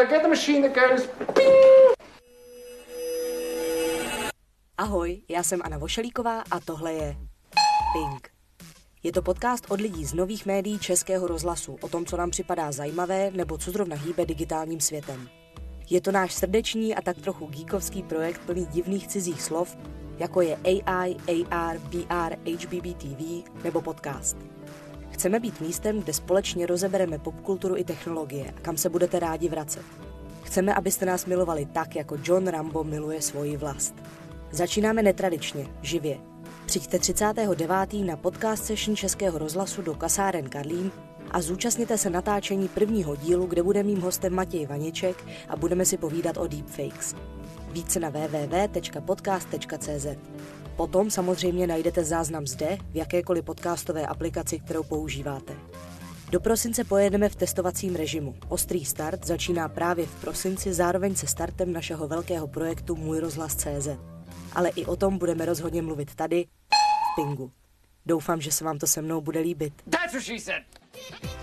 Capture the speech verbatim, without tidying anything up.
uh, get the machine that goes ping. Ahoj, já jsem Anna Vošelíková a tohle je Ping. Je to podcast od lidí z nových médií Českého rozhlasu o tom, co nám připadá zajímavé nebo co zrovna hýbe digitálním světem. Je to náš srdeční a tak trochu geekovský projekt plný divných cizích slov, jako je A I, A R, V R, H B B T V nebo podcast. Chceme být místem, kde společně rozebereme popkulturu i technologie a kam se budete rádi vracet. Chceme, abyste nás milovali tak, jako John Rambo miluje svoji vlast. Začínáme netradičně, živě. Přijďte třicátého devátého na podcast session Českého rozhlasu do kasáren Karlín a zúčastněte se natáčení prvního dílu, kde bude mým hostem Matěj Vaněček a budeme si povídat o deepfakes. Více na w w w tečka podcast tečka c z. Potom samozřejmě najdete záznam zde, v jakékoliv podcastové aplikaci, kterou používáte. Do prosince pojedeme v testovacím režimu. Ostrý start začíná právě v prosinci zároveň se startem našeho velkého projektu Můj rozhlas tečka cé zet. Ale i o tom budeme rozhodně mluvit tady, v Pingu. Doufám, že se vám to se mnou bude líbit. That's what she said.